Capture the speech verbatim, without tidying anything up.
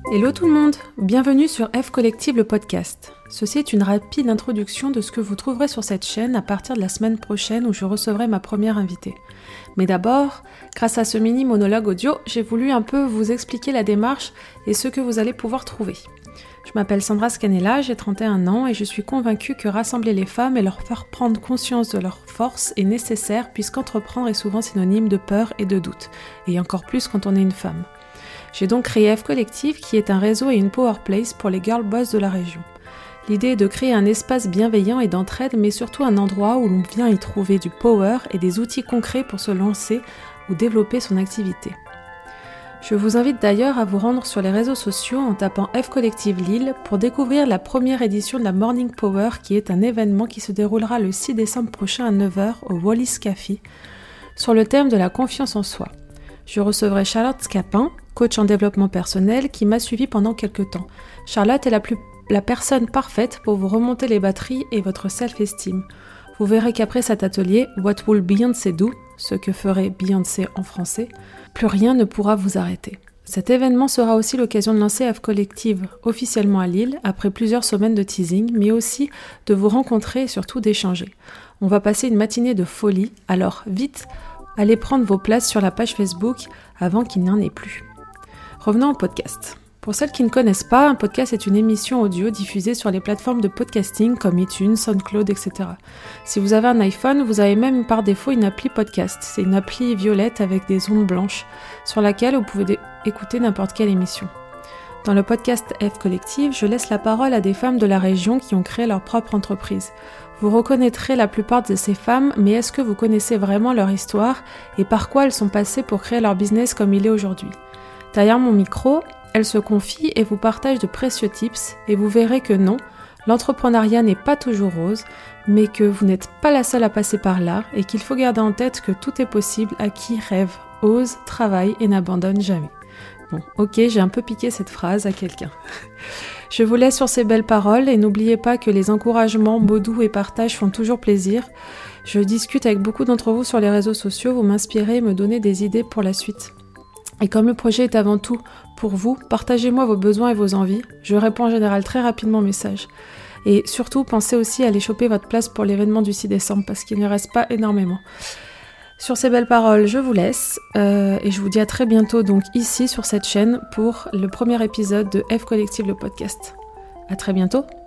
Hello tout le monde, bienvenue sur F Collective le podcast. Ceci est une rapide introduction de ce que vous trouverez sur cette chaîne à partir de la semaine prochaine où je recevrai ma première invitée. Mais d'abord, grâce à ce mini monologue audio, j'ai voulu un peu vous expliquer la démarche et ce que vous allez pouvoir trouver. Je m'appelle Sandra Scanella, j'ai trente et un ans et je suis convaincue que rassembler les femmes et leur faire prendre conscience de leur force est nécessaire puisqu'entreprendre est souvent synonyme de peur et de doute, et encore plus quand on est une femme. J'ai donc créé F Collective qui est un réseau et une power place pour les girl boss de la région. L'idée est de créer un espace bienveillant et d'entraide, mais surtout un endroit où l'on vient y trouver du power et des outils concrets pour se lancer ou développer son activité. Je vous invite d'ailleurs à vous rendre sur les réseaux sociaux en tapant F Collective Lille pour découvrir la première édition de la Morning Power qui est un événement qui se déroulera le six décembre prochain à neuf heures au Wallis Café sur le thème de la confiance en soi. Je recevrai Charlotte Scapin, coach en développement personnel, qui m'a suivi pendant quelques temps. Charlotte est la, plus, la personne parfaite pour vous remonter les batteries et votre self-esteem. Vous verrez qu'après cet atelier, What will Beyoncé do, ce que ferait Beyoncé en français, plus rien ne pourra vous arrêter. Cet événement sera aussi l'occasion de lancer F Collective officiellement à Lille, après plusieurs semaines de teasing, mais aussi de vous rencontrer et surtout d'échanger. On va passer une matinée de folie, alors vite, allez prendre vos places sur la page Facebook avant qu'il n'y en ait plus. Revenons au podcast. Pour celles qui ne connaissent pas, un podcast est une émission audio diffusée sur les plateformes de podcasting comme iTunes, SoundCloud, et cetera. Si vous avez un iPhone, vous avez même par défaut une appli podcast. C'est une appli violette avec des ondes blanches sur laquelle vous pouvez dé- écouter n'importe quelle émission. Dans le podcast F Collective, je laisse la parole à des femmes de la région qui ont créé leur propre entreprise. Vous reconnaîtrez la plupart de ces femmes, mais est-ce que vous connaissez vraiment leur histoire et par quoi elles sont passées pour créer leur business comme il est aujourd'hui ? Derrière mon micro, elles se confient et vous partagent de précieux tips et vous verrez que non, l'entrepreneuriat n'est pas toujours rose, mais que vous n'êtes pas la seule à passer par là et qu'il faut garder en tête que tout est possible à qui rêve, ose, travaille et n'abandonne jamais. Bon, ok, j'ai un peu piqué cette phrase à quelqu'un. Je vous laisse sur ces belles paroles et n'oubliez pas que les encouragements, mots doux et partages font toujours plaisir. Je discute avec beaucoup d'entre vous sur les réseaux sociaux, vous m'inspirez et me donnez des idées pour la suite. Et comme le projet est avant tout pour vous, partagez-moi vos besoins et vos envies. Je réponds en général très rapidement aux messages. Et surtout, pensez aussi à aller choper votre place pour l'événement du six décembre parce qu'il ne reste pas énormément. Sur ces belles paroles, je vous laisse euh, et je vous dis à très bientôt donc ici sur cette chaîne pour le premier épisode de F Collective le podcast. À très bientôt.